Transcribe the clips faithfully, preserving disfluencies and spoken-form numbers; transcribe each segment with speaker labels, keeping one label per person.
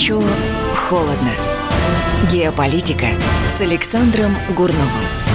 Speaker 1: Горячо, холодно. Геополитика с Александром Гурновым.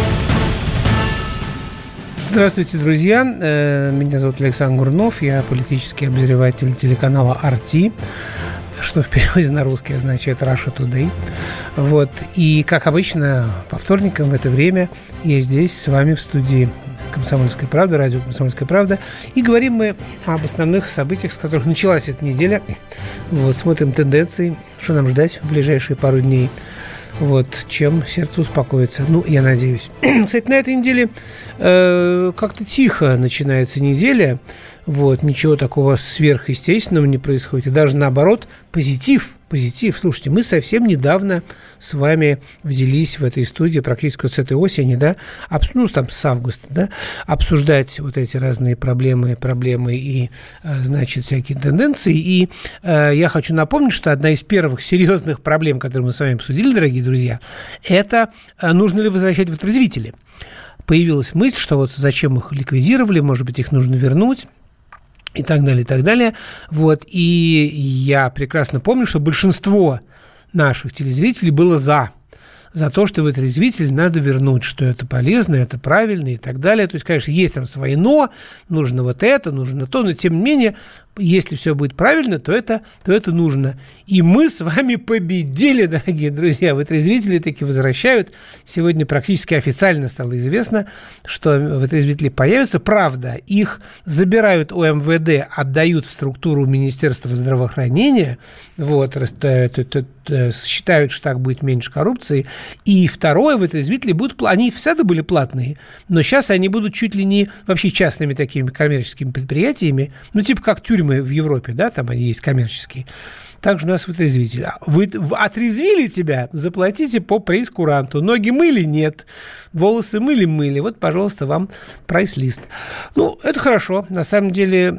Speaker 2: Здравствуйте, друзья. Меня зовут Александр Гурнов. Я политический обозреватель телеканала ар ти, что в переводе на русский означает Russia Today. Вот. И, как обычно, по вторникам в это время я здесь с вами в студии «Комсомольская правда», радио «Комсомольская правда». И говорим мы об основных событиях, с которых началась эта неделя. Вот, смотрим тенденции, что нам ждать в ближайшие пару дней. Вот, чем сердце успокоится. Ну, я надеюсь. Кстати, на этой неделе э, как-то тихо начинается неделя. Вот, ничего такого сверхъестественного не происходит. И даже наоборот, позитив. Позитив. Слушайте, мы совсем недавно с вами взялись в этой студии, практически вот с этой осени, да, об, ну, там, с августа, да, обсуждать вот эти разные проблемы, проблемы и, значит, всякие тенденции. И э, я хочу напомнить, что одна из первых серьезных проблем, которые мы с вами обсудили, дорогие друзья, это э, нужно ли возвращать вытрезвители. Появилась мысль, что вот зачем их ликвидировали, может быть, их нужно вернуть. И так далее, и так далее. Вот. И я прекрасно помню, что большинство наших телезрителей было за. За то, что вытрезвитель надо вернуть, что это полезно, это правильно и так далее. То есть, конечно, есть там свои «но», нужно вот это, нужно то, но тем не менее, если все будет правильно, то это, то это нужно. И мы с вами победили, дорогие друзья. Вытрезвители таки возвращают. Сегодня практически официально стало известно, что вытрезвители появятся. Правда, их забирают у эм вэ дэ, отдают в структуру Министерства здравоохранения. Вот, считают, что так будет меньше коррупции. И второе, вытрезвители будут... Они всегда были платные, но сейчас они будут чуть ли не вообще частными такими коммерческими предприятиями, ну, типа как тюрьмы в Европе, да, там они есть коммерческие. Также у нас вытрезвитель. Вы отрезвили тебя, заплатите по прейскуранту. Ноги мыли? Нет. Волосы мыли? Мыли. Вот, пожалуйста, вам прайс-лист. Ну, это хорошо. На самом деле,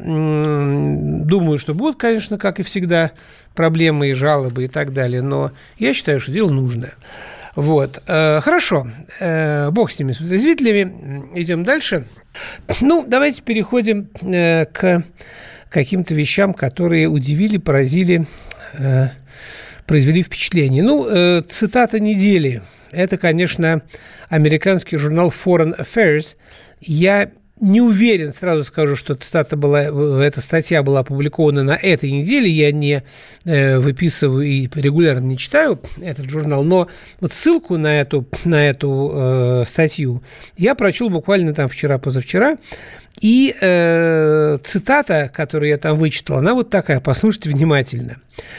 Speaker 2: думаю, что будут, конечно, как и всегда, проблемы и жалобы и так далее. Но я считаю, что дело нужное. Вот. Хорошо. Бог с ними, с вытрезвителями. Идем дальше. Ну, давайте переходим к каким-то вещам, которые удивили, поразили, э, произвели впечатление. Ну, э, цитата недели. Это, конечно, американский журнал Foreign Affairs. Я не уверен, сразу скажу, что цитата была, эта статья была опубликована на этой неделе. Я не э, выписываю и регулярно не читаю этот журнал, но вот ссылку на эту, на эту э, статью я прочел буквально там вчера-позавчера. И э, цитата, которую я там вычитал, она вот такая, послушайте внимательно.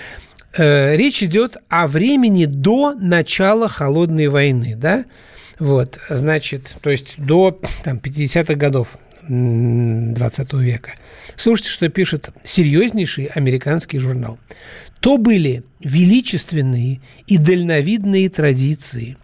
Speaker 2: Э, речь идет о времени до начала Холодной войны, да? Вот, значит, то есть до там, пятидесятых годов двадцатого века. Слушайте, что пишет серьезнейший американский журнал. То были величественные и дальновидные традиции.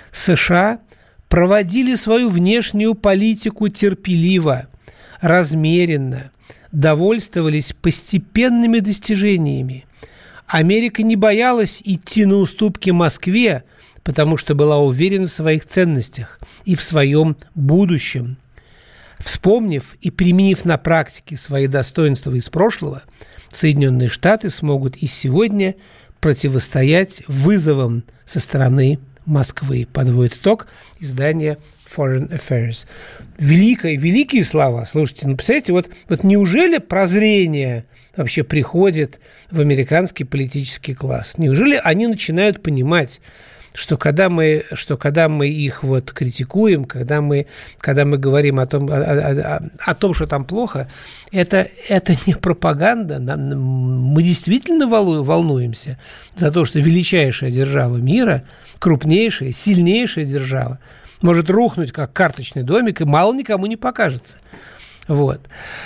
Speaker 2: США проводили свою внешнюю политику терпеливо, размеренно, довольствовались постепенными достижениями. Америка не боялась идти на уступки Москве, потому что была уверена в своих ценностях и в своем будущем. Вспомнив и применив на практике свои достоинства из прошлого, Соединенные Штаты смогут и сегодня противостоять вызовам со стороны Москвы. Подводит итог издание Foreign Affairs. Великие, великие слова. Слушайте, ну, представляете, вот, вот неужели прозрение вообще приходит в американский политический класс? Неужели они начинают понимать, что когда мы, что когда мы их вот критикуем, когда мы, когда мы говорим о том, о, о, о том, что там плохо, это, это не пропаганда. Мы действительно волнуемся за то, что величайшая держава мира, крупнейшая, сильнейшая держава, может рухнуть, как карточный домик, и мало никому не покажется. Вот.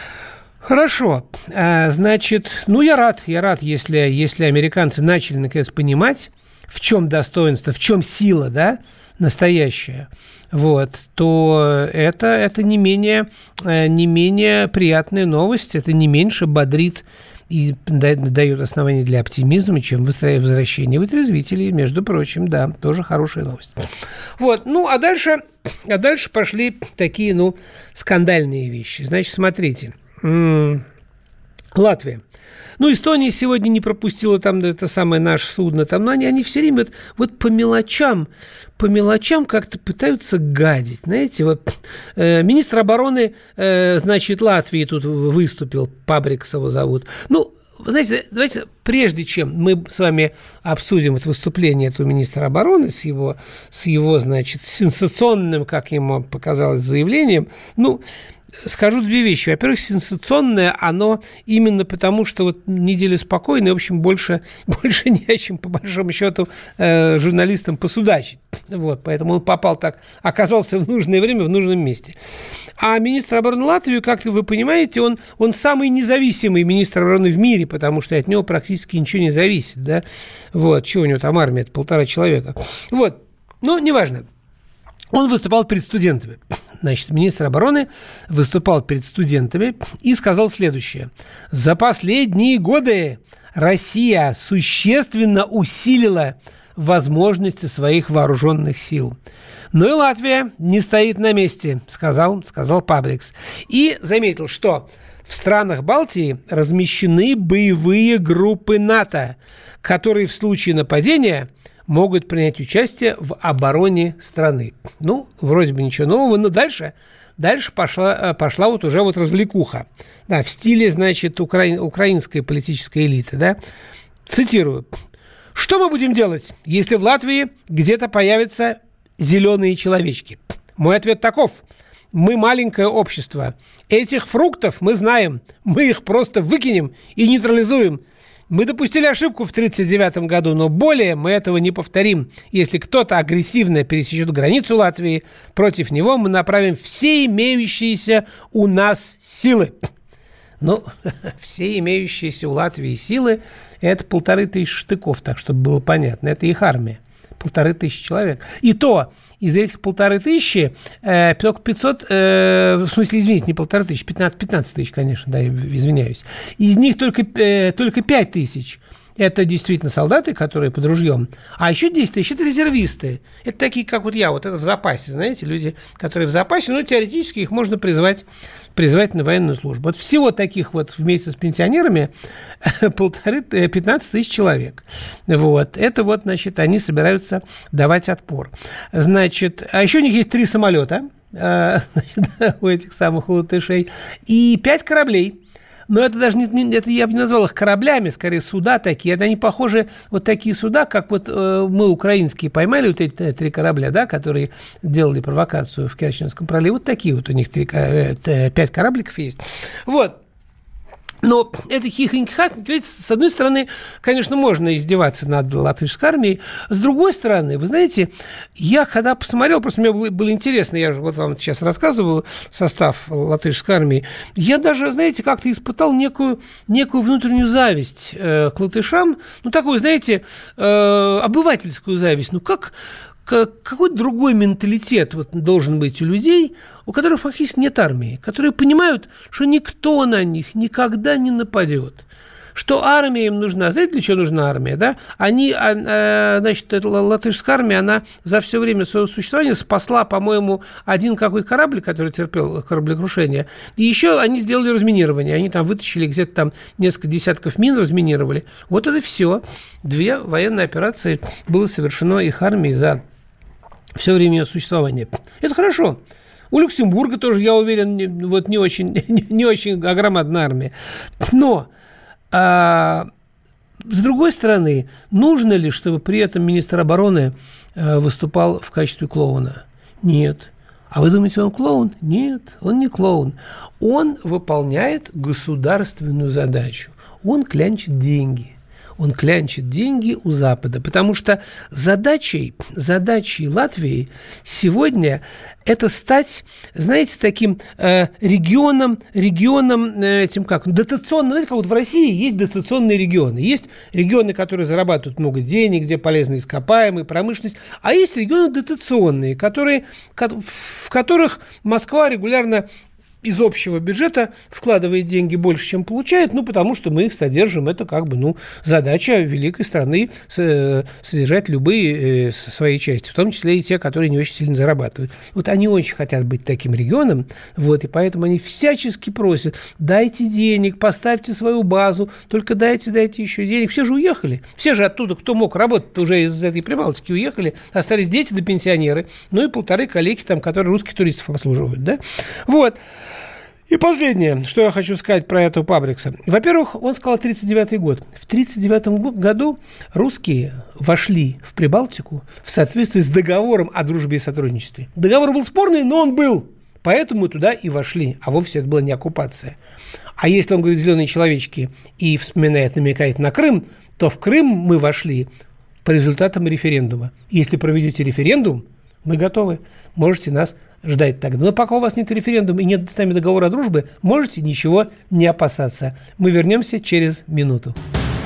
Speaker 2: Хорошо. А, значит, ну, я рад, я рад, если, если американцы начали, наконец, понимать, в чем достоинство, в чем сила, да, настоящая, вот, то это, это не менее, не менее приятная новость, это не меньше бодрит и дает основания для оптимизма, чем возвращение вытрезвителей, между прочим, да, тоже хорошая новость. Вот, ну, а дальше, а дальше пошли такие, ну, скандальные вещи. Значит, смотрите, Латвия. Ну, Эстония сегодня не пропустила там это самое наше судно, там, но они, они все время вот, вот по мелочам, по мелочам как-то пытаются гадить, знаете, вот э, министр обороны, э, значит, Латвии тут выступил, Пабрикс его зовут, ну, вы знаете, давайте, прежде чем мы с вами обсудим это выступление этого министра обороны с его, с его, значит, сенсационным, как ему показалось, заявлением, ну, скажу две вещи. Во-первых, сенсационное оно именно потому, что вот неделя спокойная, в общем, больше, больше не о чем, по большому счету, э, журналистам посудачить. Вот, поэтому он попал так, оказался в нужное время, в нужном месте. А министр обороны Латвии, как вы понимаете, он, он самый независимый министр обороны в мире, потому что от него практически ничего не зависит, да. Вот, чего у него там армия, это полтора человека. Вот, ну, неважно. Он выступал перед студентами. Значит, министр обороны выступал перед студентами и сказал следующее. За последние годы Россия существенно усилила возможности своих вооруженных сил. Но и Латвия не стоит на месте, сказал, сказал Пабрикс. И заметил, что в странах Балтии размещены боевые группы НАТО, которые в случае нападения могут принять участие в обороне страны. Ну, вроде бы ничего нового, но дальше, дальше пошла, пошла вот уже вот развлекуха. Да, в стиле, значит, укра... украинской политической элиты, да. Цитирую. «Что мы будем делать, если в Латвии где-то появятся зеленые человечки? Мой ответ таков. Мы маленькое общество. Этих фруктов мы знаем. Мы их просто выкинем и нейтрализуем. Мы допустили ошибку в тридцать девятом году, но более мы этого не повторим. Если кто-то агрессивно пересечет границу Латвии, против него мы направим все имеющиеся у нас силы». Ну, все имеющиеся у Латвии силы – это полторы тысячи штыков, так, чтобы было понятно. Это их армия. Полторы тысячи человек. И то из этих полторы тысячи, э, только пятьсот, э, в смысле, извините, не полторы тысячи, пятнадцать, пятнадцать тысяч, конечно, да, я извиняюсь. Из них только, э, только пять тысяч. Это действительно солдаты, которые под ружьем. А еще десять тысяч – это резервисты. Это такие, как вот я, вот это в запасе, знаете, люди, которые в запасе, ну, теоретически их можно призвать, призвать на военную службу. Вот всего таких вот вместе с пенсионерами полторы, пятнадцать тысяч человек. Вот. Это вот, значит, они собираются давать отпор. Значит, а еще у них есть три самолета у этих самых латышей и пять кораблей. Но это даже не, это я бы не назвал их кораблями, скорее суда такие. Это они похожи, вот такие суда, как вот э, мы украинские поймали вот эти э, три корабля, да, которые делали провокацию в Керченском проливе. Вот такие вот у них три, э, пять корабликов есть. Вот. Но это хихоньки-хах, ведь, с одной стороны, конечно, можно издеваться над латышской армией. С другой стороны, вы знаете, я когда посмотрел, просто мне было, было интересно, я же вот вам сейчас рассказываю состав латышской армии, я даже, знаете, как-то испытал некую, некую внутреннюю зависть э, к латышам, ну, такую, знаете, э, обывательскую зависть. Ну, как... Какой другой менталитет вот должен быть у людей, у которых фактически нет армии, которые понимают, что никто на них никогда не нападет, что армия им нужна. Знаете, для чего нужна армия? Да? Они, значит, латышская армия, она за все время своего существования спасла, по-моему, один какой-то корабль, который терпел кораблекрушение, и еще они сделали разминирование. Они там вытащили где-то там несколько десятков мин, разминировали. Вот это все. Две военные операции было совершено их армией за все время ее существования. Это хорошо. У Люксембурга тоже, я уверен, не, вот не очень, не, не очень громадная армия. Но, а, с другой стороны, нужно ли, чтобы при этом министр обороны а, выступал в качестве клоуна? Нет. А вы думаете, он клоун? Нет, он не клоун. Он выполняет государственную задачу. Он клянчит деньги. Он клянчит деньги у Запада, потому что задачей, задачей Латвии сегодня это стать, знаете, таким э, регионом, регионом э, этим как, дотационным, знаете, как вот в России есть дотационные регионы, есть регионы, которые зарабатывают много денег, где полезны ископаемые, промышленность, а есть регионы дотационные, которые, в которых Москва регулярно из общего бюджета вкладывает деньги больше, чем получает, ну, потому что мы их содержим. Это как бы, ну, задача великой страны содержать любые свои части, в том числе и те, которые не очень сильно зарабатывают. Вот они очень хотят быть таким регионом, вот, и поэтому они всячески просят: дайте денег, поставьте свою базу, только дайте, дайте еще денег. Все же уехали. Все же оттуда, кто мог работать, уже из этой Прибалтики уехали. Остались дети да пенсионеры, ну и полторы коллеги, там, которые русских туристов обслуживают, да? Вот. И последнее, что я хочу сказать про этого Пабрикса. Во-первых, он сказал тридцать девятый год. В тридцать девятом году русские вошли в Прибалтику в соответствии с договором о дружбе и сотрудничестве. Договор был спорный, но он был. Поэтому мы туда и вошли. А вовсе это была не оккупация. А если он говорит «зеленые человечки» и вспоминает, намекает на Крым, то в Крым мы вошли по результатам референдума. Если проведете референдум, мы готовы. Можете нас ждать тогда. Но пока у вас нет референдума и нет с нами договора о дружбе, можете ничего не опасаться. Мы вернемся через минуту.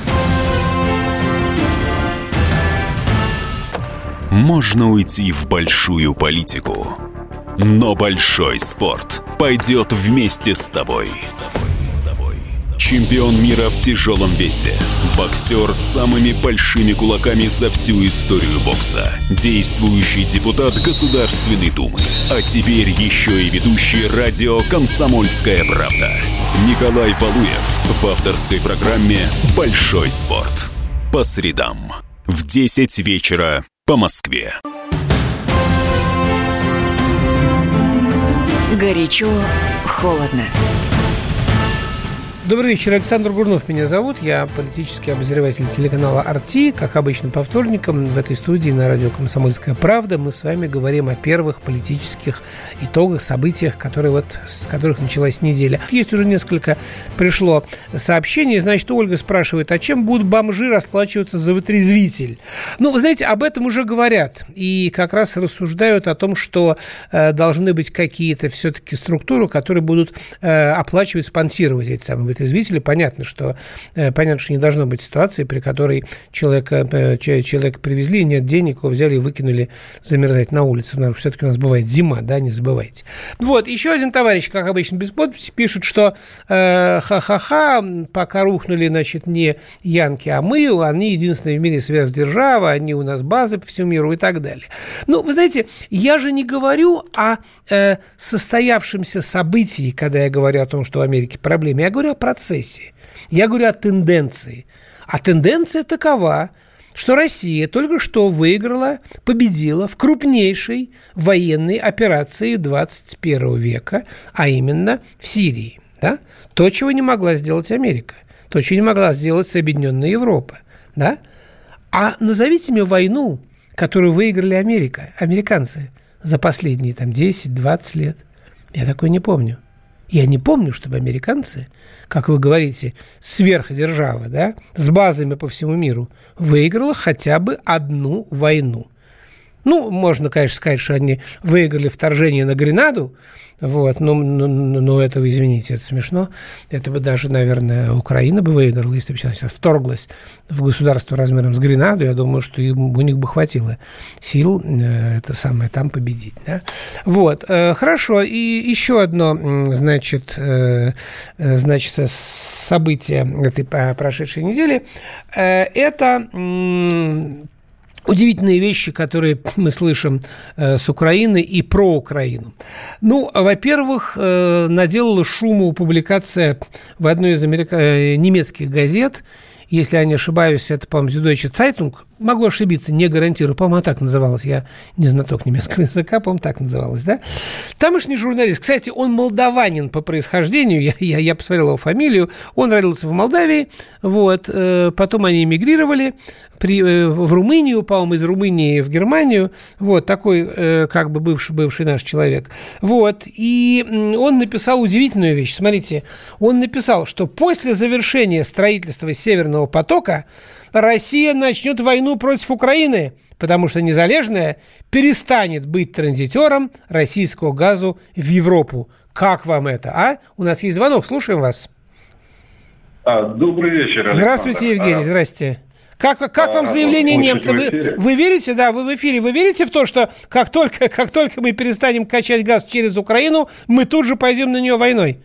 Speaker 3: Можно уйти в большую политику, но большой спорт пойдет вместе с тобой. Чемпион мира в тяжелом весе. Боксер с самыми большими кулаками за всю историю бокса. Действующий депутат Государственной Думы. А теперь еще и ведущий радио «Комсомольская правда». Николай Валуев в авторской программе «Большой спорт». По средам в десять вечера по Москве.
Speaker 1: Горячо, холодно.
Speaker 2: Добрый вечер, Александр Гурнов меня зовут, я политический обозреватель телеканала ар ти. Как обычно, по вторникам в этой студии на радио «Комсомольская правда» мы с вами говорим о первых политических итогах, событиях, которые вот, с которых началась неделя. Есть уже несколько, пришло сообщений, значит, Ольга спрашивает, а чем будут бомжи расплачиваться за вытрезвитель? Ну, вы знаете, об этом уже говорят, и как раз рассуждают о том, что э, должны быть какие-то все-таки структуры, которые будут э, оплачивать, спонсировать эти самые вытрезвители. Понятно, что, понятно, что не должно быть ситуации, при которой человека, человека привезли, нет денег, его взяли и выкинули замерзать на улице. Все-таки у нас бывает зима, да, не забывайте. Вот, еще один товарищ, как обычно, без подписи, пишет, что э, ха-ха-ха, пока рухнули, значит, не янки, а мы, они единственные в мире сверхдержава, они у нас базы по всему миру и так далее. Ну, вы знаете, я же не говорю о э, состоявшемся событии, когда я говорю о том, что в Америке проблемы, я говорю о процессе. Я говорю о тенденции. А тенденция такова, что Россия только что выиграла, победила в крупнейшей военной операции двадцать первого века, а именно в Сирии. Да? То, чего не могла сделать Америка. То, чего не могла сделать Объединенная Европа. Да? А назовите мне войну, которую выиграли Америка, американцы за последние там, десять-двадцать лет. Я такое не помню. Я не помню, чтобы американцы, как вы говорите, сверхдержава, да, с базами по всему миру, выиграла хотя бы одну войну. Ну, можно, конечно, сказать, что они выиграли вторжение на Гренаду, вот, но, но, но это, извините, это смешно. Это бы даже, наверное, Украина бы выиграла, если бы сейчас вторглась в государство размером с Гренаду. Я думаю, что им, у них бы хватило сил э, это самое там победить. Да? Вот, э, хорошо. И еще одно, значит, э, значит, событие этой прошедшей недели э, это... Э, удивительные вещи, которые мы слышим э, с Украины и про Украину. Ну, во-первых, э, наделала шуму публикация в одной из америка... э, немецких газет. Если я не ошибаюсь, это, по-моему, Süddeutsche Zeitung. Могу ошибиться, не гарантирую. По-моему, так называлась. Я не знаток немецкого языка, по-моему, так называлась, да? Тамошний журналист, кстати, он молдаванин по происхождению. Я, я, я посмотрел его фамилию. Он родился в Молдавии. Вот. Потом они эмигрировали при, в Румынию, по-моему, из Румынии в Германию. Вот. Такой, как бы, бывший, бывший наш человек. Вот. И он написал удивительную вещь. Смотрите, он написал, что после завершения строительства Северного потока Россия начнет войну против Украины, потому что Незалежная перестанет быть транзитером российского газа в Европу. Как вам это, а? У нас есть звонок, слушаем вас.
Speaker 4: А, добрый вечер, Александр.
Speaker 2: Здравствуйте, Евгений,
Speaker 4: а,
Speaker 2: здрасте. Как, как вам заявление а, немца? Вы, вы верите, да, вы в эфире, вы верите в то, что как только, как только мы перестанем качать газ через Украину, мы тут же пойдем на нее войной?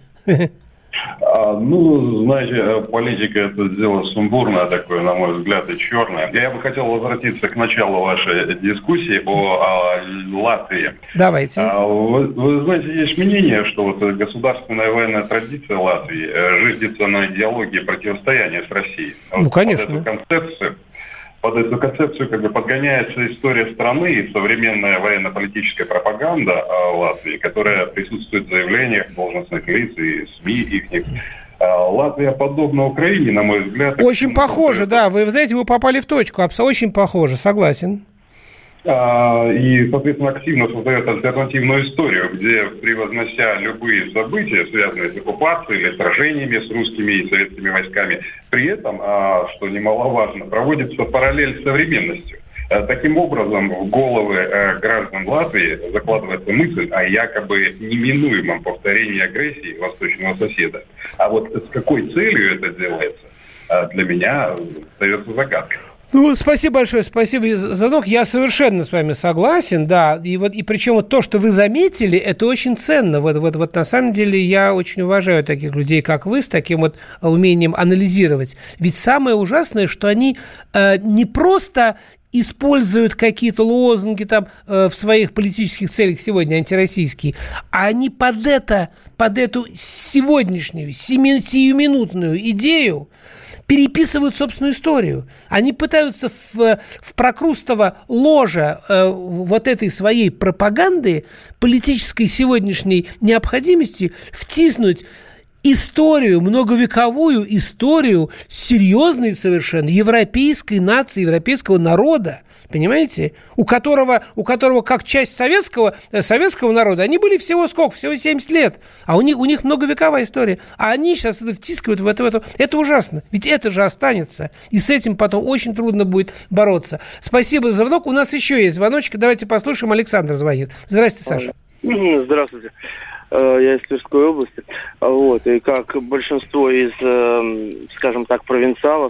Speaker 4: А, ну, знаете, политика – это дело сумбурное такое, на мой взгляд, и черное. Я бы хотел возвратиться к началу вашей дискуссии о, о Латвии.
Speaker 2: Давайте.
Speaker 4: А, вы, вы знаете, есть мнение, что вот государственная военная традиция Латвии зиждется на идеологии противостояния с Россией.
Speaker 2: Ну, вот конечно.
Speaker 4: Под эту концепцию, под эту концепцию как бы подгоняется история страны и современная военно-политическая пропаганда о Латвии, которая присутствует в заявлениях должностных лиц и СМИ их. Латвия подобна Украине, на мой взгляд.
Speaker 2: Очень похоже, да. Вы знаете, вы попали в точку. Очень похоже, согласен.
Speaker 4: И, соответственно, активно создает альтернативную историю, где, превознося любые события, связанные с оккупацией или сражениями с русскими и советскими войсками, при этом, что немаловажно, проводится параллель с современностью. Таким образом, в головы граждан Латвии закладывается мысль о якобы неминуемом повторении агрессии восточного соседа. А вот с какой целью это делается, для меня остается загадкой.
Speaker 2: Ну, спасибо большое, спасибо за звонок. Я совершенно с вами согласен, да. И вот, и причем вот то, что вы заметили, это очень ценно. Вот, вот, вот на самом деле я очень уважаю таких людей, как вы, с таким вот умением анализировать. Ведь самое ужасное, что они э, не просто используют какие-то лозунги там э, в своих политических целях сегодня, антироссийские, а они под это, под эту сегодняшнюю, семи, сиюминутную идею переписывают собственную историю. Они пытаются в, в прокрустово ложе э, вот этой своей пропаганды, политической сегодняшней необходимости втиснуть историю, многовековую историю серьезной совершенно европейской нации, европейского народа, понимаете, у которого, у которого как часть советского, советского народа, они были всего сколько? Всего семьдесят лет, а у них, у них многовековая история. А они сейчас это втискивают в это, в это. Это ужасно, ведь это же останется, и с этим потом очень трудно будет бороться. Спасибо за звонок. У нас еще есть звоночек, давайте послушаем. Александр звонит. Здравствуйте, Саша.
Speaker 5: Здравствуйте. Я из Тверской области, вот, и как большинство из, скажем так, провинциалов,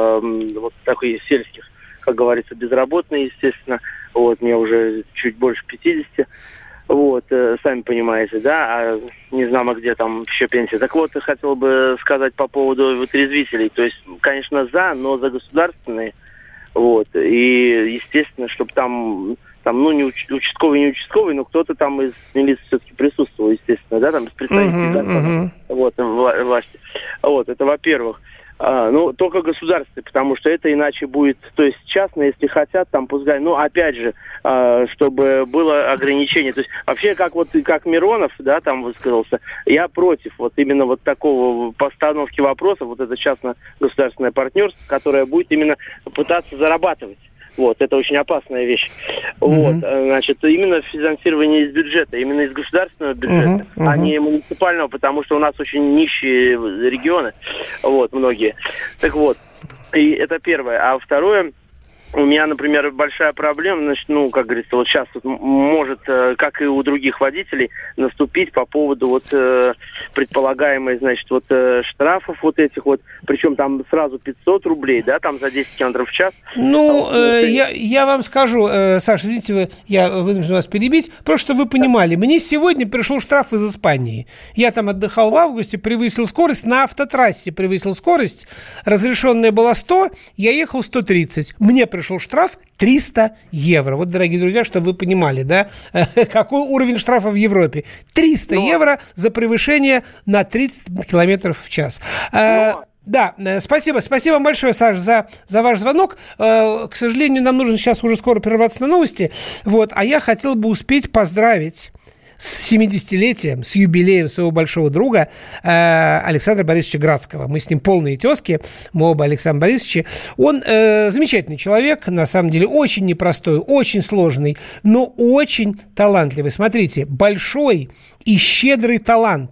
Speaker 5: вот таких сельских, как говорится, безработные, естественно, вот, мне уже чуть больше пятидесяти, вот, сами понимаете, да, а не знаю, где там еще пенсия. Так вот, хотел бы сказать по поводу вытрезвителей, то есть, конечно, за, но за государственные, вот, и, естественно, чтобы там... Там, ну, не уч- участковый, не участковый, но кто-то там из милиции все-таки присутствовал, естественно, да, там, из представителей uh-huh, uh-huh. Вот, вла- власти. Вот, это во-первых. А, ну, только государственные, потому что это иначе будет, то есть частные, если хотят, там, пускай, ну, опять же, а, чтобы было ограничение. То есть, вообще, как вот, как Миронов, да, там высказался, я против вот именно вот такого постановки вопросов, вот это частно-государственное партнерство, которое будет именно пытаться зарабатывать. Вот, это очень опасная вещь. Mm-hmm. Вот, значит, именно финансирование из бюджета, именно из государственного бюджета, mm-hmm. Mm-hmm. а не муниципального, потому что у нас очень нищие регионы, вот, многие. Так вот, и это первое. А второе, у меня, например, большая проблема, значит, ну, как говорится, вот сейчас вот может, как и у других водителей, наступить по поводу вот э, предполагаемой, значит, вот э, штрафов вот этих вот, причем там сразу пятьсот рублей, да, там за десять километров в час.
Speaker 2: Ну, э, я, я вам скажу, э, Саша, видите, вы, я вынужден вас перебить, просто чтобы вы понимали, мне сегодня пришел штраф из Испании. Я там отдыхал в августе, превысил скорость, на автотрассе превысил скорость, разрешенная была сто, я ехал сто тридцать. Мне пришел штраф триста евро. Вот, дорогие друзья, чтобы вы понимали, да, какой уровень штрафа в Европе. триста Но... евро за превышение на тридцать километров в час. Но... Да, спасибо. Спасибо вам большое, Саш, за, за ваш звонок. К сожалению, нам нужно сейчас уже скоро прерваться на новости. Вот, а я хотел бы успеть поздравить с семидесятилетием, с юбилеем своего большого друга э, Александра Борисовича Градского. Мы с ним полные тезки, мы оба Александр Борисовича. Он э, замечательный человек, на самом деле, очень непростой, очень сложный, но очень талантливый. Смотрите, большой и щедрый талант.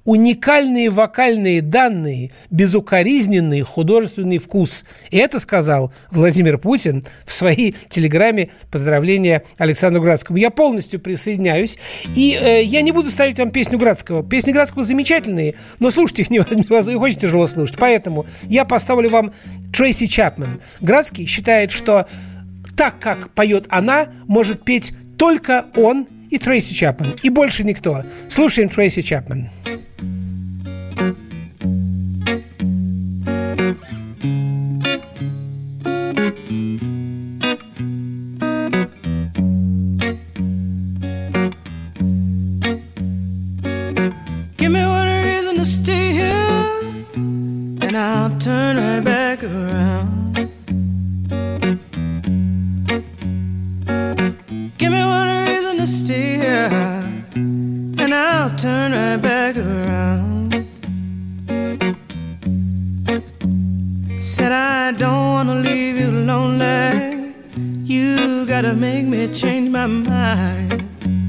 Speaker 2: уникальные вокальные данные, безукоризненный художественный вкус. И это сказал Владимир Путин в своей телеграмме поздравления Александру Градскому. Я полностью присоединяюсь. И э, я не буду ставить вам песню Градского. Песни Градского замечательные, но слушать их невозможно, их очень тяжело слушать. Поэтому я поставлю вам Трейси Чапман. Градский считает, что так, как поет она, может петь только он и Трейси Чапман, и больше никто. Слушаем Трейси Чапман.
Speaker 6: Give me one reason to stay here, and I'll turn right back around. Give me one reason to stay here, and I'll turn right back around. Said I don't wanna leave you lonely. You gotta make me change my mind.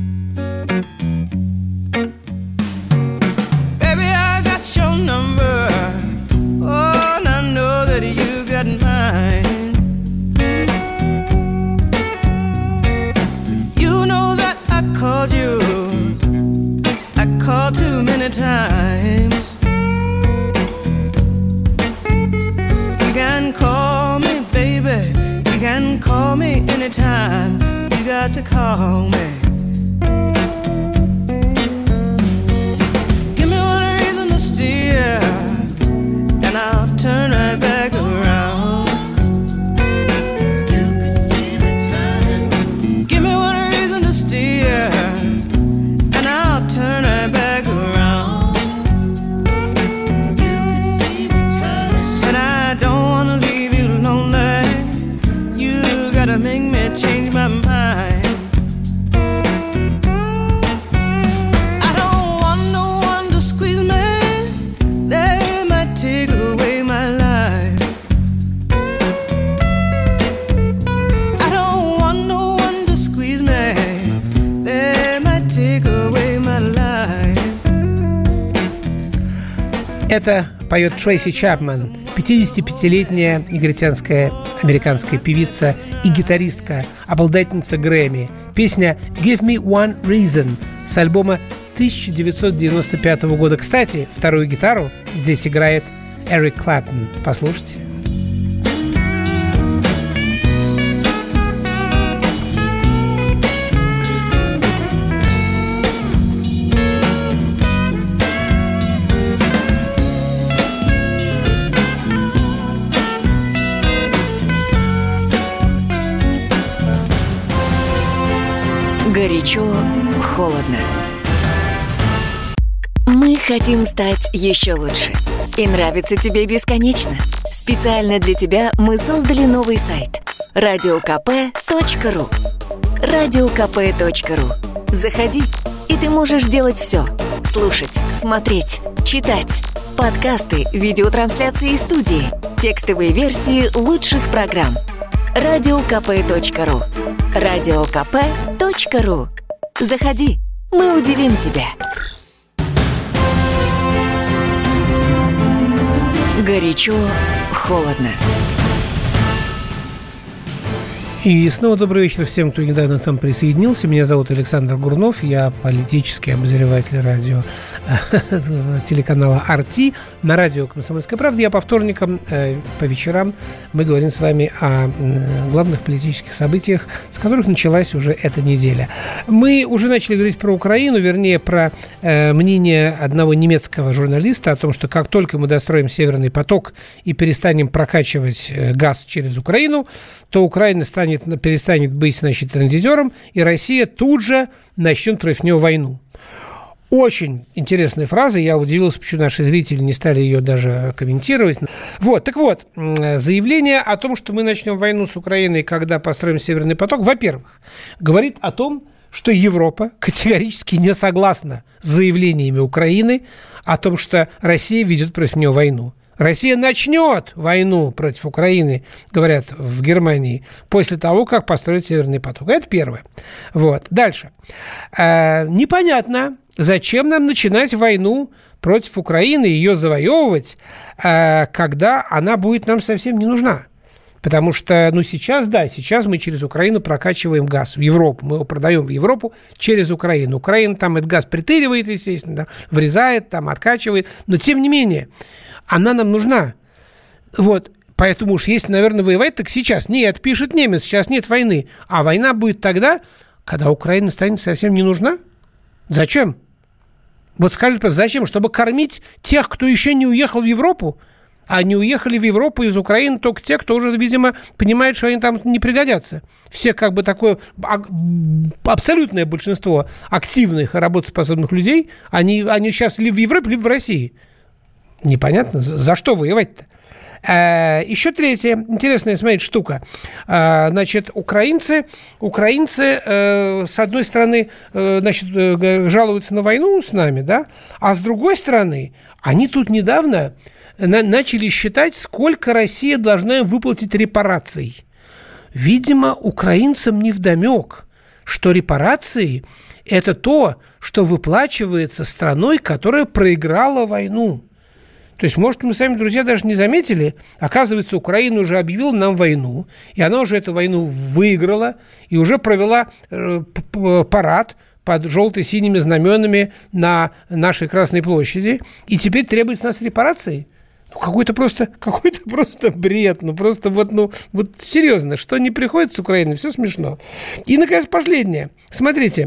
Speaker 6: Baby, I got your number. Oh, and I know that you got mine. Called you, I called too many times. You can call me, baby. You can call me anytime. You got to call me. Give me one reason to steer, and I'll turn right back around. Make me change my mind. I don't want no one to squeeze me. They might take away my life. I don't want no one to squeeze me. They might take away my life.
Speaker 2: Это поет Трейси Чапман, пятидесятипятилетняя негритянская американская певица и гитаристка, обладательница Грэмми. Песня «Give me one reason» с альбома тысяча девятьсот девяносто пятого года. Кстати, вторую гитару здесь играет Эрик Клэптон. Послушайте.
Speaker 1: Горячо, холодно. Мы хотим стать еще лучше. И нравится тебе бесконечно. Специально для тебя мы создали новый сайт радио ка пэ точка ру. радио ка пэ точка ру. Заходи, и ты можешь делать все. Слушать, смотреть, читать. Подкасты, видеотрансляции из студии, текстовые версии лучших программ. радио ка пэ точка ру. радио ка пэ точка ру. Заходи, мы удивим тебя. Горячо, холодно.
Speaker 2: И снова добрый вечер всем, кто недавно к нам присоединился. Меня зовут Александр Гурнов, я политический обозреватель радио телеканала ар ти на радио «Комсомольская правда». Я по вторникам, по вечерам мы говорим с вами о главных политических событиях, с которых началась уже эта неделя. Мы уже начали говорить про Украину, вернее, про мнение одного немецкого журналиста о том, что как только мы достроим Северный поток и перестанем прокачивать газ через Украину, то Украина станет перестанет быть, значит, транзитером, и Россия тут же начнет против него войну. Очень интересная фраза. Я удивился, почему наши зрители не стали ее даже комментировать. Вот, так вот, заявление о том, что мы начнем войну с Украиной, когда построим Северный поток, во-первых, говорит о том, что Европа категорически не согласна с заявлениями Украины о том, что Россия ведет против нее войну. Россия начнет войну против Украины, говорят в Германии, после того, как построить Северный поток. Это первое. Вот. Дальше. Э, непонятно, Зачем нам начинать войну против Украины, ее завоевывать, когда она будет нам совсем не нужна? Потому что, ну, сейчас, да, сейчас мы через Украину прокачиваем газ в Европу. Мы его продаем в Европу через Украину. Украина там этот газ притыривает, естественно, да, врезает, там, откачивает. Но, тем не менее, она нам нужна. Вот. Поэтому уж если, наверное, воевать, так сейчас. Нет, пишет немец, сейчас нет войны. А война будет тогда, когда Украина станет совсем не нужна. Зачем? Вот скажите просто, зачем? Чтобы кормить тех, кто еще не уехал в Европу? А не уехали в Европу из Украины только те, кто уже, видимо, понимает, что они там не пригодятся. Все как бы такое абсолютное большинство активных и работоспособных людей, они, они сейчас либо в Европе, либо в России. Непонятно, за что воевать-то? А, еще третья интересная, смотрите, штука. А, значит, украинцы, украинцы э, с одной стороны, э, значит, э, жалуются на войну с нами, да, а с другой стороны, они тут недавно на- начали считать, сколько Россия должна им выплатить репараций. Видимо, украинцам невдомек, что репарации – это то, что выплачивается страной, которая проиграла войну. То есть, может, мы с вами, друзья, даже не заметили, оказывается, Украина уже объявила нам войну, и она уже эту войну выиграла, и уже провела э, парад под желто-синими знаменами на нашей Красной площади, и теперь требует с нас репарации. Ну, какой-то просто, какой-то просто бред, ну, просто вот, ну, вот серьезно, что не приходит с Украины, все смешно. И, наконец, последнее. Смотрите,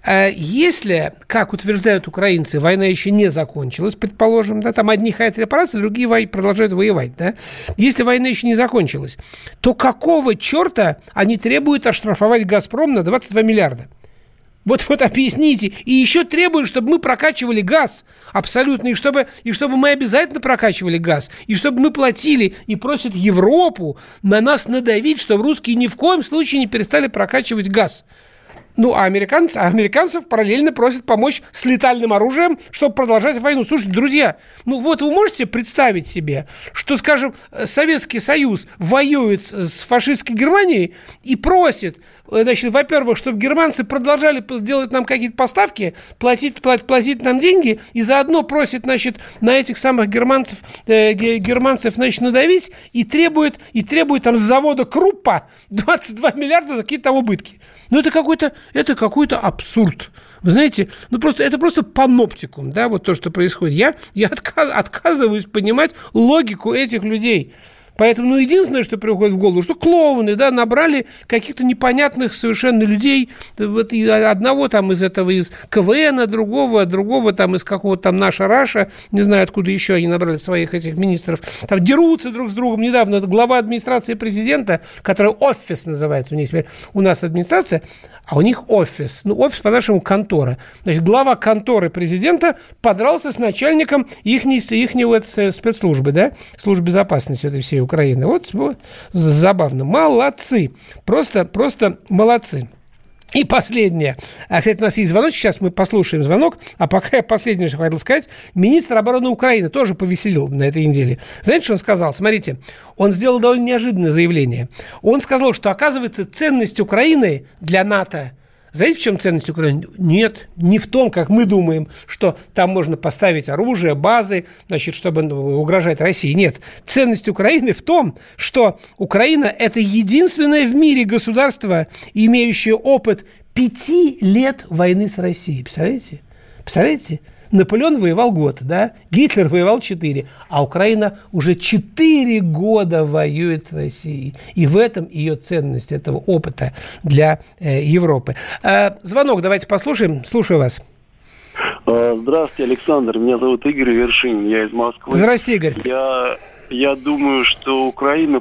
Speaker 2: если, как утверждают украинцы, война еще не закончилась, предположим, да, там одни хотят репарации, другие продолжают воевать, да, если война еще не закончилась, то какого черта они требуют оштрафовать «Газпром» на двадцать два миллиарда? Вот, вот объясните. И еще требуют, чтобы мы прокачивали газ абсолютно, и чтобы, и чтобы мы обязательно прокачивали газ, и чтобы мы платили, и просят Европу на нас надавить, чтобы русские ни в коем случае не перестали прокачивать газ. Ну, а американцы, а американцев параллельно просят помочь с летальным оружием, чтобы продолжать войну. Слушайте, друзья, ну вот вы можете представить себе, что, скажем, Советский Союз воюет с фашистской Германией и просит, значит, во-первых, чтобы германцы продолжали делать нам какие-то поставки, платить, платить, платить нам деньги, и заодно просит, значит, на этих самых германцев, э, германцев, значит, надавить, и требует, и требует там с завода Круппа двадцать два миллиарда какие-то там убытки. Ну, это какой-то, это какой-то абсурд. Вы знаете, ну просто это просто паноптикум, да, вот то, что происходит. Я, я отказ, отказываюсь понимать логику этих людей. Поэтому, ну, единственное, что приходит в голову, что клоуны, да, набрали каких-то непонятных совершенно людей, вот одного там из этого, из КВН, другого, другого там из какого-то там наша Раша, не знаю, откуда еще они набрали своих этих министров, там дерутся друг с другом. Недавно глава администрации президента, которая офис называется, у них теперь, у нас администрация, а у них офис, ну, офис по-нашему контора. Значит, глава конторы президента подрался с начальником ихней, ихнего спецслужбы, да, службы безопасности этой всей Украины. Вот, вот забавно. Молодцы. Просто, просто молодцы. И последнее. А, кстати, у нас есть звонок. Сейчас мы послушаем звонок. А пока я последнее, что хотел сказать. Министр обороны Украины тоже повеселил на этой неделе. Знаете, что он сказал? Смотрите. Он сделал довольно неожиданное заявление. Он сказал, что, оказывается, ценность Украины для НАТО. Знаете, в чем ценность Украины? Нет, не в том, как мы думаем, что там можно поставить оружие, базы, значит, чтобы угрожать России. Нет, ценность Украины в том, что Украина – это единственное в мире государство, имеющее опыт пяти лет войны с Россией. Представляете? Представляете? Наполеон воевал год, да? Гитлер воевал четыре, а Украина уже четыре года воюет с Россией. И в этом ее ценность, этого опыта для э, Европы. Э, звонок давайте послушаем. Слушаю вас.
Speaker 7: Здравствуйте, Александр. Меня зовут Игорь Вершинин. Я из Москвы.
Speaker 2: Здравствуйте, Игорь.
Speaker 7: Я... Я думаю, что Украина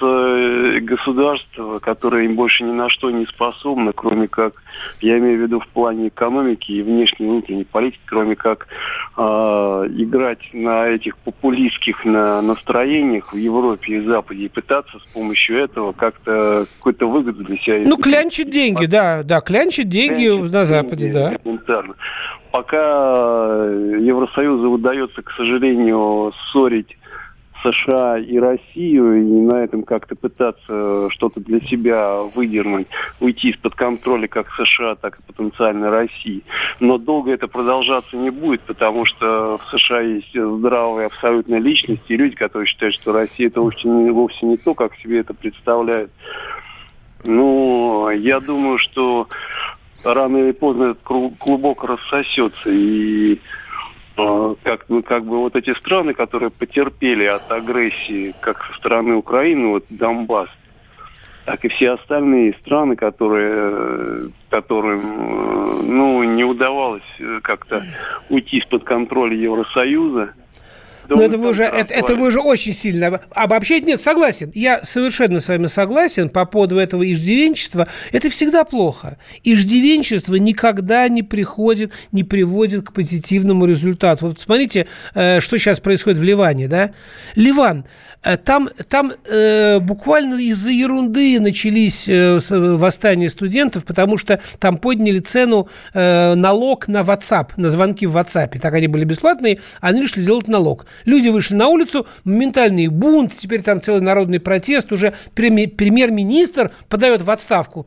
Speaker 7: просто государство, которое им больше ни на что не способно, кроме как, я имею в виду в плане экономики и внешней и внутренней политики, кроме как э, играть на этих популистских на настроениях в Европе и Западе и пытаться с помощью этого как-то какую-то выгоду для себя...
Speaker 2: Ну, клянчить деньги, да, да, клянчить деньги клянчить на Западе, да.
Speaker 7: Элементарно. Пока Евросоюзу удается, к сожалению, ссорить США и Россию, и на этом как-то пытаться что-то для себя выдернуть, уйти из-под контроля как США, так и потенциально России. Но долго это продолжаться не будет, потому что в США есть здравые абсолютно личности, и люди, которые считают, что Россия это вовсе не, вовсе не то, как себе это представляют. Ну, я думаю, что рано или поздно этот клубок рассосется, и как, ну, как бы вот эти страны, которые потерпели от агрессии как со стороны Украины, вот Донбасс, так и все остальные страны, которые, которым ну, не удавалось как-то уйти из-под контроля Евросоюза.
Speaker 2: Но это вы, уже, это, это вы уже очень сильно обобщаете. Нет, согласен. Я совершенно с вами согласен по поводу этого иждивенчества. Это всегда плохо. Иждивенчество никогда не приходит, не приводит к позитивному результату. Вот смотрите, что сейчас происходит в Ливане. Да? Ливан. Там, там э, буквально из-за ерунды начались э, восстания студентов, потому что там подняли цену э, налог на WhatsApp, на звонки в WhatsApp. Так они были бесплатные, они решили сделать налог. Люди вышли на улицу, моментальный бунт, теперь там целый народный протест, уже премьер-министр подает в отставку.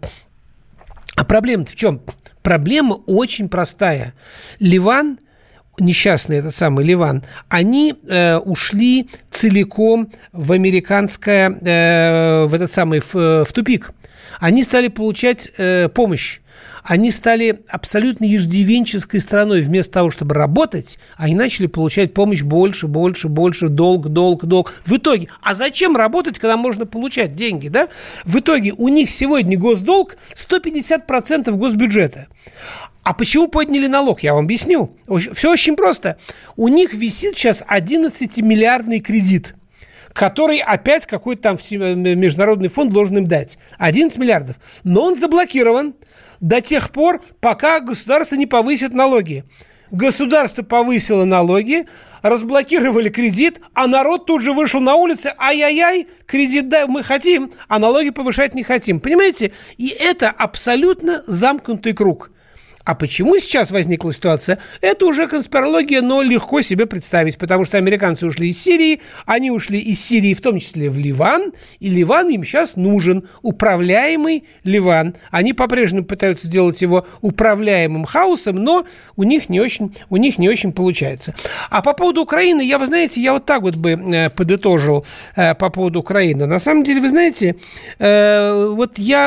Speaker 2: А проблема-то в чем? Проблема очень простая. Ливан... несчастный этот самый Ливан, они э, ушли целиком в американское, э, в этот самый, в, в тупик. Они стали получать э, помощь. Они стали абсолютно иждивенческой страной. Вместо того, чтобы работать, они начали получать помощь больше, больше, больше, долг, долг, долг. В итоге, а зачем работать, когда можно получать деньги, да? В итоге у них сегодня госдолг сто пятьдесят процентов госбюджета. А почему подняли налог? Я вам объясню. Все очень просто. У них висит сейчас одиннадцатимиллиардный кредит, который опять какой-то там международный фонд должен им дать. одиннадцать миллиардов. Но он заблокирован до тех пор, пока государство не повысит налоги. Государство повысило налоги, разблокировали кредит, а народ тут же вышел на улицы. Ай-яй-яй, кредит да, мы хотим, а налоги повышать не хотим. Понимаете? И это абсолютно замкнутый круг. А почему сейчас возникла ситуация? Это уже конспирология, но легко себе представить, потому что американцы ушли из Сирии, они ушли из Сирии в том числе в Ливан, и Ливан им сейчас нужен, управляемый Ливан. Они по-прежнему пытаются сделать его управляемым хаосом, но у них не очень, у них не очень получается. А по поводу Украины, я, вы знаете, я вот так вот бы э, подытожил э, по поводу Украины. На самом деле, вы знаете, э, вот я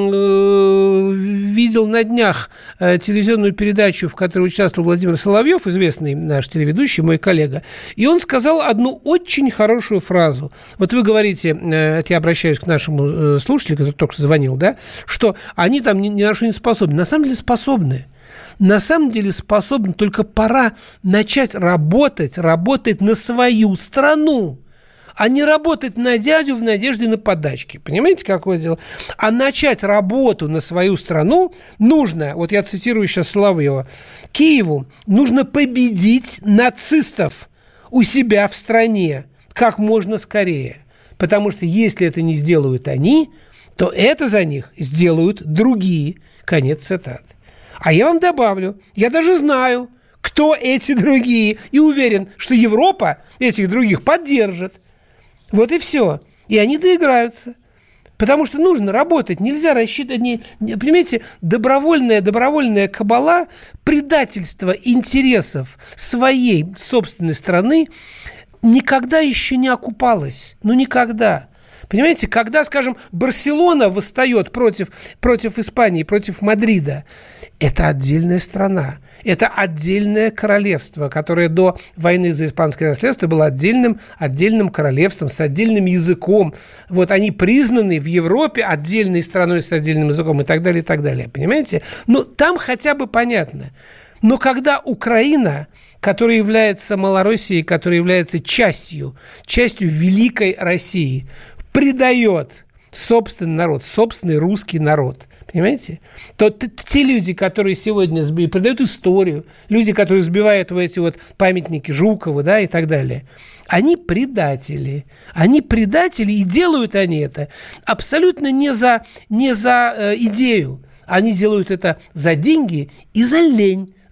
Speaker 2: э, видел на днях э, телевизионную передачу, в которой участвовал Владимир Соловьев, известный наш телеведущий, мой коллега, и он сказал одну очень хорошую фразу. Вот вы говорите, это я обращаюсь к нашему слушателю, который только что звонил, да, что они там ни, ни на что не способны. На самом деле способны. На самом деле способны, только пора начать работать, работать на свою страну, а не работать на дядю в надежде на подачки. Понимаете, какое дело? А начать работу на свою страну нужно, вот я цитирую сейчас Соловьева, Киеву нужно победить нацистов у себя в стране как можно скорее. Потому что если это не сделают они, то это за них сделают другие. Конец цитаты. А я вам добавлю, я даже знаю, кто эти другие, и уверен, что Европа этих других поддержит. Вот и все. И они доиграются. Потому что нужно работать. Нельзя рассчитывать. Не, не, понимаете, добровольная, добровольная кабала, предательство интересов своей собственной страны никогда еще не окупалось. Ну, никогда. Понимаете, когда, скажем, Барселона восстает против, против Испании, против Мадрида, это отдельная страна. Это отдельное королевство, которое до войны за испанское наследство было отдельным, отдельным королевством с отдельным языком. Вот они признаны в Европе отдельной страной с отдельным языком и так далее, и так далее. Понимаете? Ну, там хотя бы понятно. Но когда Украина, которая является Малороссией, которая является частью, частью великой России, предает собственный народ, собственный русский народ, понимаете, то т- те люди, которые сегодня сбивают, предают историю, люди, которые сбивают вот эти вот памятники Жукову, да, и так далее, они предатели. Они предатели, и делают они это абсолютно не за, не за э, идею. Они делают это за деньги и за лень.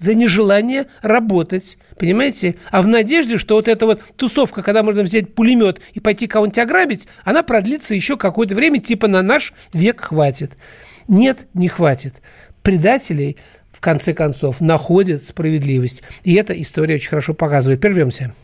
Speaker 2: за нежелание работать, понимаете? А в надежде, что вот эта вот тусовка, когда можно взять пулемет и пойти кого-нибудь ограбить, она продлится еще какое-то время, типа на наш век хватит. Нет, не хватит. Предателей, в конце концов, находят справедливость. И эта история очень хорошо показывает. Прервемся.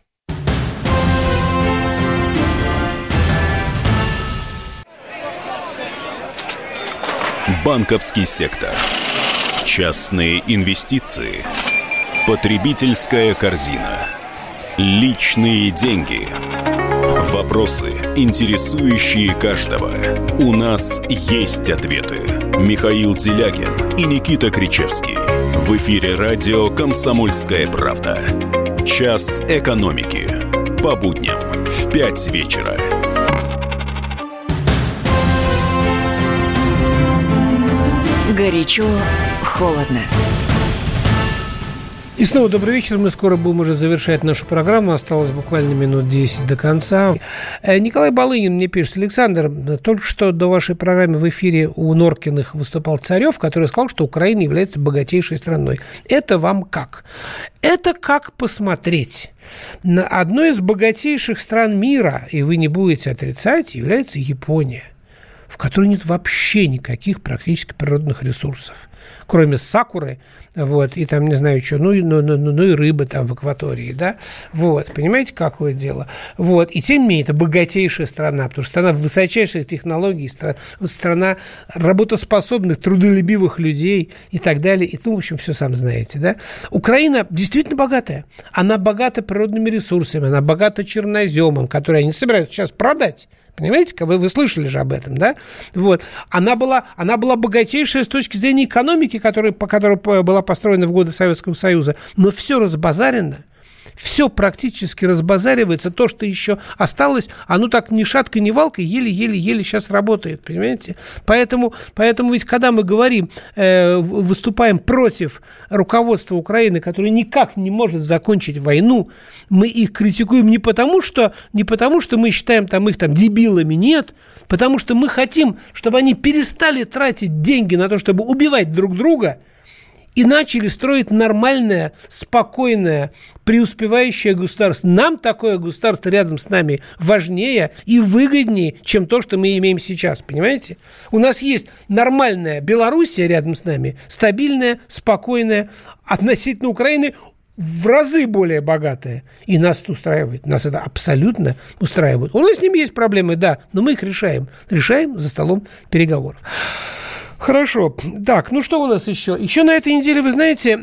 Speaker 3: Банковский сектор. Частные инвестиции. Потребительская корзина. Личные деньги. Вопросы, интересующие каждого. У нас есть ответы. Михаил Делягин и Никита Кричевский. В эфире радио «Комсомольская правда». Час экономики. По будням в пять вечера.
Speaker 1: Горячо, холодно.
Speaker 2: И снова добрый вечер. Мы скоро будем уже завершать нашу программу. Осталось буквально минут десять до конца. Николай Балынин мне пишет: Александр, только что до вашей программы в эфире у Норкиных выступал Царев, который сказал, что Украина является богатейшей страной. Это вам как? Это как посмотреть. На одной из богатейших стран мира, и вы не будете отрицать, является Япония, в которой нет вообще никаких практически природных ресурсов, кроме сакуры, вот, и там, не знаю, что, ну, ну, ну, ну и рыбы там в акватории, да, вот, понимаете, какое дело, вот, и тем не менее, это богатейшая страна, потому что страна высочайших технологий, страна, страна работоспособных, трудолюбивых людей и так далее, и, ну, в общем, все сам знаете, да. Украина действительно богатая, она богата природными ресурсами, она богата черноземом, который они собираются сейчас продать. Понимаете, как вы, вы слышали же об этом, да? Вот. Она была, она была богатейшая с точки зрения экономики, которая, по которой была построена в годы Советского Союза, но все разбазарено. Все практически разбазаривается. То, что еще осталось, оно так ни шатка, ни валка, еле-еле-еле сейчас работает, понимаете? Поэтому, поэтому ведь, когда мы говорим, э, выступаем против руководства Украины, которое никак не может закончить войну, мы их критикуем не потому, что, не потому, что мы считаем там, их там дебилами, нет, потому что мы хотим, чтобы они перестали тратить деньги на то, чтобы убивать друг друга, и начали строить нормальное, спокойное, преуспевающее государство. Нам такое государство рядом с нами важнее и выгоднее, чем то, что мы имеем сейчас, понимаете? У нас есть нормальная Белоруссия рядом с нами, стабильная, спокойная, относительно Украины в разы более богатая. И нас это устраивает. Нас это абсолютно устраивает. У нас с ними есть проблемы, да, но мы их решаем. Решаем за столом переговоров. Хорошо. Так, ну что у нас еще? Еще на этой неделе, вы знаете,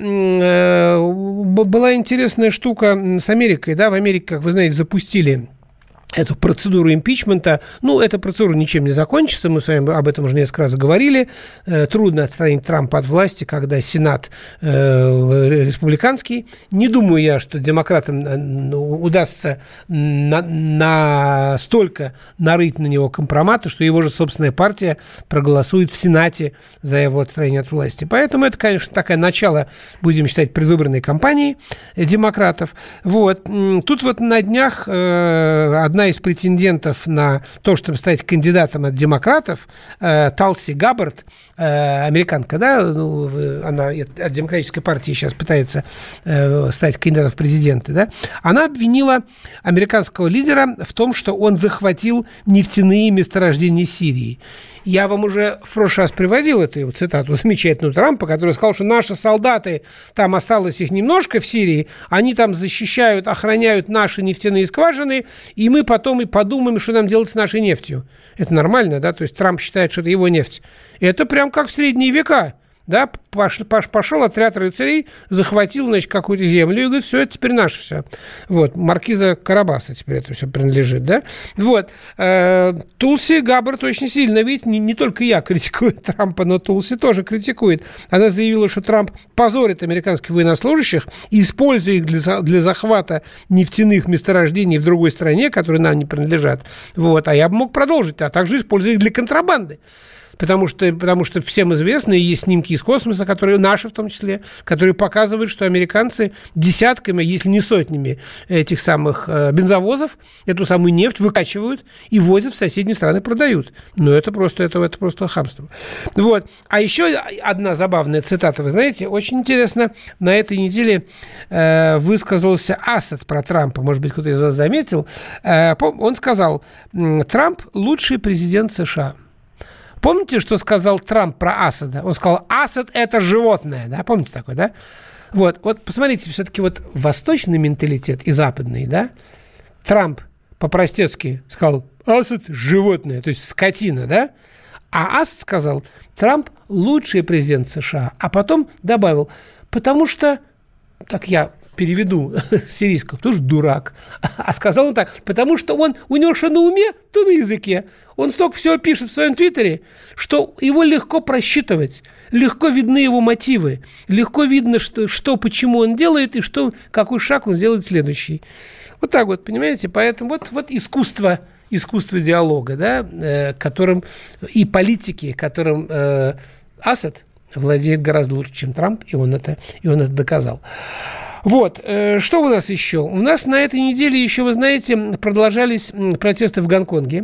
Speaker 2: была интересная штука с Америкой. Да? В Америке, как вы знаете, запустили эту процедуру импичмента. Ну, эта процедура ничем не закончится, мы с вами об этом уже несколько раз говорили. Э, трудно отстранить Трампа от власти, когда Сенат э, республиканский. Не думаю я, что демократам э, удастся на, настолько нарыть на него компромата, что его же собственная партия проголосует в Сенате за его отстранение от власти. Поэтому это, конечно, такое начало, будем считать, предвыборной кампании демократов. Вот. Тут вот на днях э, одна из претендентов на то, чтобы стать кандидатом от демократов, э, Талси Габбард, э, американка, да, ну, она от демократической партии сейчас пытается э, стать кандидатом в президенты, да, она обвинила американского лидера в том, что он захватил нефтяные месторождения Сирии. Я вам уже в прошлый раз приводил эту его цитату замечательную Трампа, который сказал, что наши солдаты, там осталось их немножко в Сирии, они там защищают, охраняют наши нефтяные скважины, и мы потом и подумаем, что нам делать с нашей нефтью. Это нормально, да? То есть Трамп считает, что это его нефть. Это прям как в средние века. Да, пошел, пошел отряд рыцарей, захватил, значит, какую-то землю и говорит, все, это теперь наше все. Вот, маркиза Карабаса теперь это все принадлежит, да. Вот, Тулси Габбард очень сильно, видите, не, не только я критикую Трампа, но Тулси тоже критикует. Она заявила, что Трамп позорит американских военнослужащих, используя их для, для захвата нефтяных месторождений в другой стране, которые нам не принадлежат. Вот, а я бы мог продолжить, а также используя их для контрабанды. Потому что, потому что всем известно, и есть снимки из космоса, которые наши в том числе, которые показывают, что американцы десятками, если не сотнями этих самых э, бензовозов эту самую нефть выкачивают и возят в соседние страны, продают. Ну, это просто, это, это просто хамство. Вот. А еще одна забавная цитата. Вы знаете, очень интересно, на этой неделе э, высказался Асад про Трампа. Может быть, кто-то из вас заметил. Э, он сказал, Трамп лучший президент США. Помните, что сказал Трамп про Асада? Он сказал, Асад – это животное. Да? Помните такое, да? Вот, вот посмотрите, все-таки вот восточный менталитет и западный, да? Трамп по-простецки сказал, Асад – животное, то есть скотина, да? А Асад сказал, Трамп – лучший президент США. А потом добавил, потому что, так я переведу с сирийского, потому что дурак. А сказал он так, потому что он, у него что на уме, то на языке. Он столько всего пишет в своем твиттере, что его легко просчитывать, легко видны его мотивы, легко видно, что, что почему он делает и что, какой шаг он сделает следующий. Вот так вот, понимаете? Поэтому вот, вот искусство, искусство диалога, да, э, которым и политики, которым э, Асад владеет гораздо лучше, чем Трамп, и он это, и он это доказал. Вот, что у нас еще? У нас на этой неделе еще, вы знаете, продолжались протесты в Гонконге.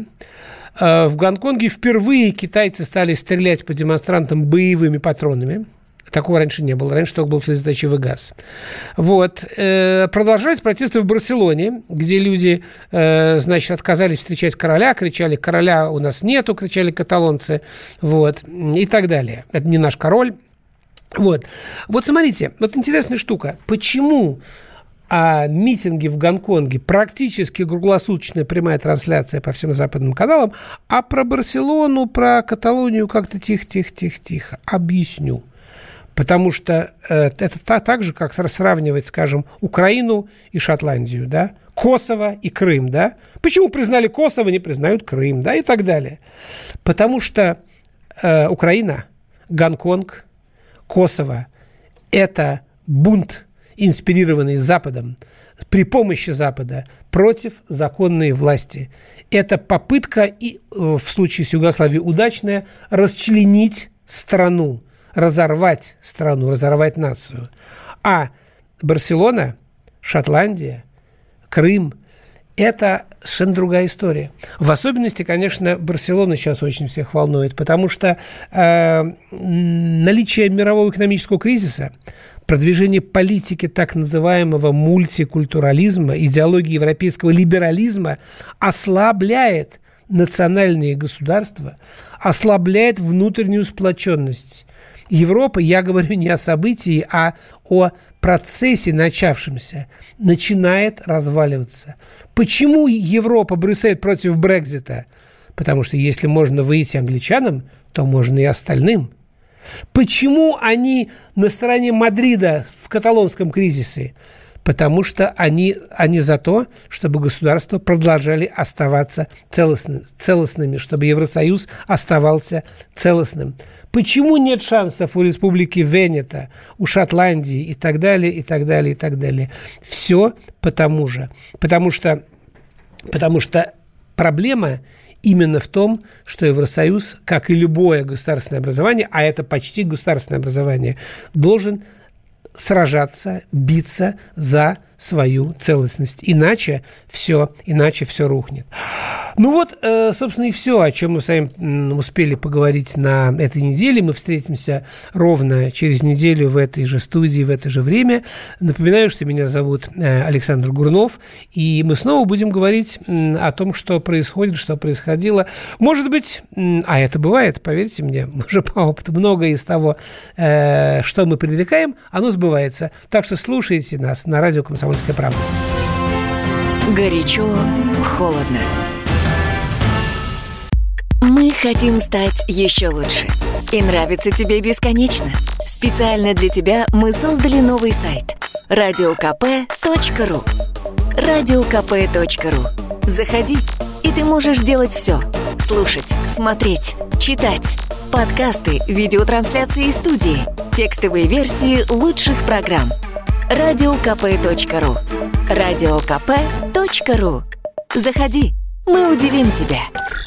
Speaker 2: В Гонконге впервые китайцы стали стрелять по демонстрантам боевыми патронами. Такого раньше не было. Раньше только был слезоточивый газ. Вот. Продолжались протесты в Барселоне, где люди, значит, отказались встречать короля, кричали, короля у нас нету, кричали каталонцы, вот, и так далее. Это не наш король. Вот. Вот смотрите, вот интересная штука. Почему а, митинги в Гонконге практически круглосуточная прямая трансляция по всем западным каналам, а про Барселону, про Каталонию как-то тихо-тихо-тихо-тихо? Объясню. Потому что э, это так, так же, как сравнивать, скажем, Украину и Шотландию, да? Косово и Крым, да? Почему признали Косово, не признают Крым, да? И так далее. Потому что э, Украина, Гонконг, Косово – это бунт, инспирированный Западом, при помощи Запада против законной власти. Это попытка, и в случае с Югославией удачная, расчленить страну, разорвать страну, разорвать нацию. А Барселона, Шотландия, Крым – это совершенно другая история. В особенности, конечно, Барселона сейчас очень всех волнует, потому что э, наличие мирового экономического кризиса, продвижение политики так называемого мультикультурализма, идеологии европейского либерализма ослабляет национальные государства, ослабляет внутреннюю сплоченность. Европа, я говорю не о событии, а о процессе начавшемся, начинает разваливаться. Почему Европа бросает против Брексита? Потому что если можно выйти англичанам, то можно и остальным. Почему они на стороне Мадрида в каталонском кризисе? Потому что они, они за то, чтобы государства продолжали оставаться целостными, целостными, чтобы Евросоюз оставался целостным. Почему нет шансов у Республики Венето, у Шотландии и так далее, и так далее, и так далее? Все потому же. Потому что, потому что проблема именно в том, что Евросоюз, как и любое государственное образование, а это почти государственное образование, должен сражаться, биться за свою целостность. Иначе все, иначе все рухнет. Ну вот, собственно, и все, о чем мы с вами успели поговорить на этой неделе. Мы встретимся ровно через неделю в этой же студии, в это же время. Напоминаю, что меня зовут Александр Гурнов, и мы снова будем говорить о том, что происходит, что происходило. Может быть, а это бывает, поверьте мне, уже по опыту, многое из того, что мы предрекаем, оно сбывается. Так что слушайте нас на радио «Комсомольская правда».
Speaker 1: Горячо, холодно. Мы хотим стать еще лучше. И нравится тебе бесконечно. Специально для тебя мы создали новый сайт – радио ка пэ точка ру. радио ка пэ точка ру. Заходи, и ты можешь делать все. Слушать, смотреть, читать. Подкасты, видеотрансляции из студии, текстовые версии лучших программ. радио ка пэ точка ру. радио ка пэ точка ру. Заходи, мы удивим тебя.